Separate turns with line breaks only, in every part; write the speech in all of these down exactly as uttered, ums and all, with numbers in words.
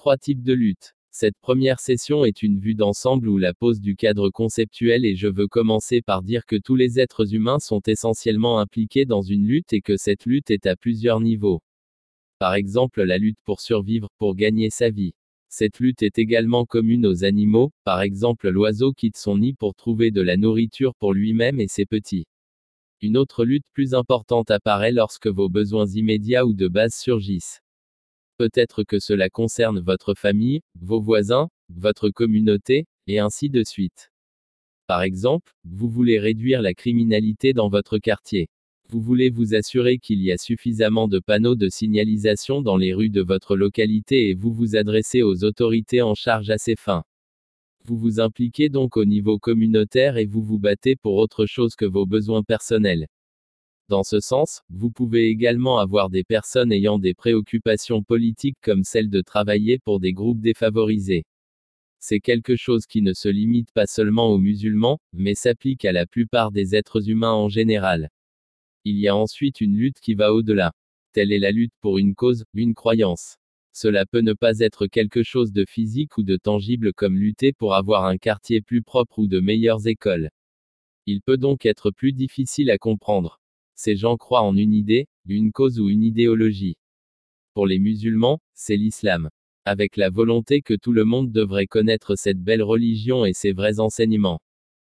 Trois types de lutte. Cette première session est une vue d'ensemble ou la pose du cadre conceptuel et je veux commencer par dire que tous les êtres humains sont essentiellement impliqués dans une lutte et que cette lutte est à plusieurs niveaux. Par exemple la lutte pour survivre, pour gagner sa vie. Cette lutte est également commune aux animaux, par exemple l'oiseau quitte son nid pour trouver de la nourriture pour lui-même et ses petits. Une autre lutte plus importante apparaît lorsque vos besoins immédiats ou de base surgissent. Peut-être que cela concerne votre famille, vos voisins, votre communauté, et ainsi de suite. Par exemple, vous voulez réduire la criminalité dans votre quartier. Vous voulez vous assurer qu'il y a suffisamment de panneaux de signalisation dans les rues de votre localité et vous vous adressez aux autorités en charge à ces fins. Vous vous impliquez donc au niveau communautaire et vous vous battez pour autre chose que vos besoins personnels. Dans ce sens, vous pouvez également avoir des personnes ayant des préoccupations politiques comme celle de travailler pour des groupes défavorisés. C'est quelque chose qui ne se limite pas seulement aux musulmans, mais s'applique à la plupart des êtres humains en général. Il y a ensuite une lutte qui va au-delà. Telle est la lutte pour une cause, une croyance. Cela peut ne pas être quelque chose de physique ou de tangible comme lutter pour avoir un quartier plus propre ou de meilleures écoles. Il peut donc être plus difficile à comprendre. Ces gens croient en une idée, une cause ou une idéologie. Pour les musulmans, c'est l'islam. Avec la volonté que tout le monde devrait connaître cette belle religion et ses vrais enseignements.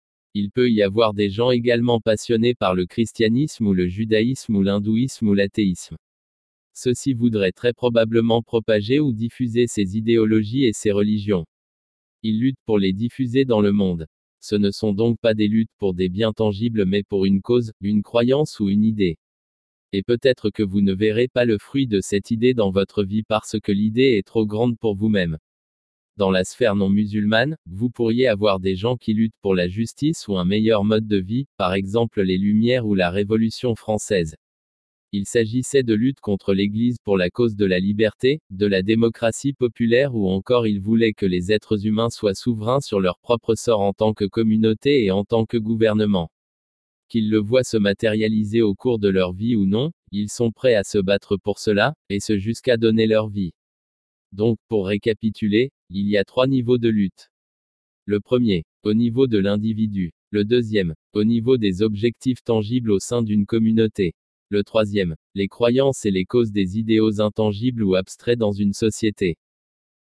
Il peut y avoir des gens également passionnés par le christianisme ou le judaïsme ou l'hindouisme ou l'athéisme. Ceux-ci voudraient très probablement propager ou diffuser ces idéologies et ces religions. Ils luttent pour les diffuser dans le monde. Ce ne sont donc pas des luttes pour des biens tangibles mais pour une cause, une croyance ou une idée. Et peut-être que vous ne verrez pas le fruit de cette idée dans votre vie parce que l'idée est trop grande pour vous-même. Dans la sphère non musulmane, vous pourriez avoir des gens qui luttent pour la justice ou un meilleur mode de vie, par exemple les Lumières ou la Révolution française. Il s'agissait de lutte contre l'Église pour la cause de la liberté, de la démocratie populaire ou encore ils voulaient que les êtres humains soient souverains sur leur propre sort en tant que communauté et en tant que gouvernement. Qu'ils le voient se matérialiser au cours de leur vie ou non, ils sont prêts à se battre pour cela, et ce jusqu'à donner leur vie. Donc, pour récapituler, il y a trois niveaux de lutte. Le premier, au niveau de l'individu. Le deuxième, au niveau des objectifs tangibles au sein d'une communauté. Le troisième, les croyances et les causes des idéaux intangibles ou abstraits dans une société.